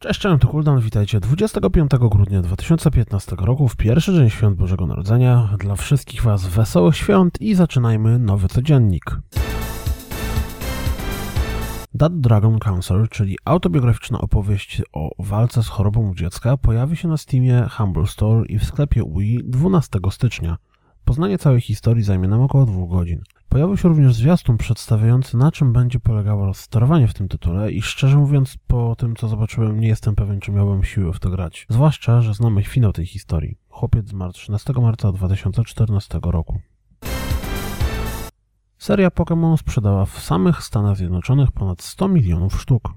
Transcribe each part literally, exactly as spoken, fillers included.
Cześć, cześć, to Kuldan, witajcie dwudziestego piątego grudnia dwa tysiące piętnastego roku w pierwszy dzień świąt Bożego Narodzenia. Dla wszystkich Was wesołych świąt i zaczynajmy nowy codziennik. That Dragon Cancer, czyli autobiograficzna opowieść o walce z chorobą u dziecka, pojawi się na Steamie, Humble Store i w sklepie Wii dwunastego stycznia. Poznanie całej historii zajmie nam około dwóch godzin. Pojawił się również zwiastun przedstawiający, na czym będzie polegało rozsterowanie w tym tytule i szczerze mówiąc, po tym co zobaczyłem, nie jestem pewien, czy miałbym siłę w to grać. Zwłaszcza, że znamy finał tej historii. Chłopiec zmarł trzynastego marca dwa tysiące czternastego roku. Seria Pokémon sprzedała w samych Stanach Zjednoczonych ponad sto milionów sztuk.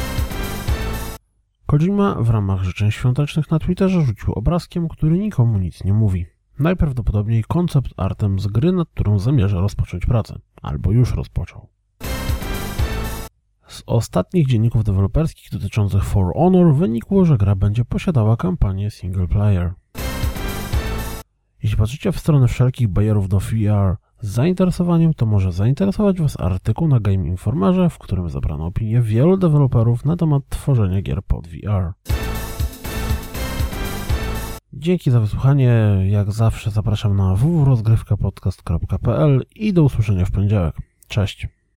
Kojima w ramach życzeń świątecznych na Twitterze rzucił obrazkiem, który nikomu nic nie mówi. Najprawdopodobniej koncept artem z gry, nad którą zamierza rozpocząć pracę. Albo już rozpoczął. Z ostatnich dzienników deweloperskich dotyczących For Honor wynikło, że gra będzie posiadała kampanię single player. Jeśli patrzycie w stronę wszelkich bajerów do V R z zainteresowaniem, to może zainteresować Was artykuł na Game Informerze, w którym zabrano opinię wielu deweloperów na temat tworzenia gier pod V R. Dzięki za wysłuchanie, jak zawsze zapraszam na w w w kropka rozgrywka podcast kropka p l i do usłyszenia w poniedziałek. Cześć!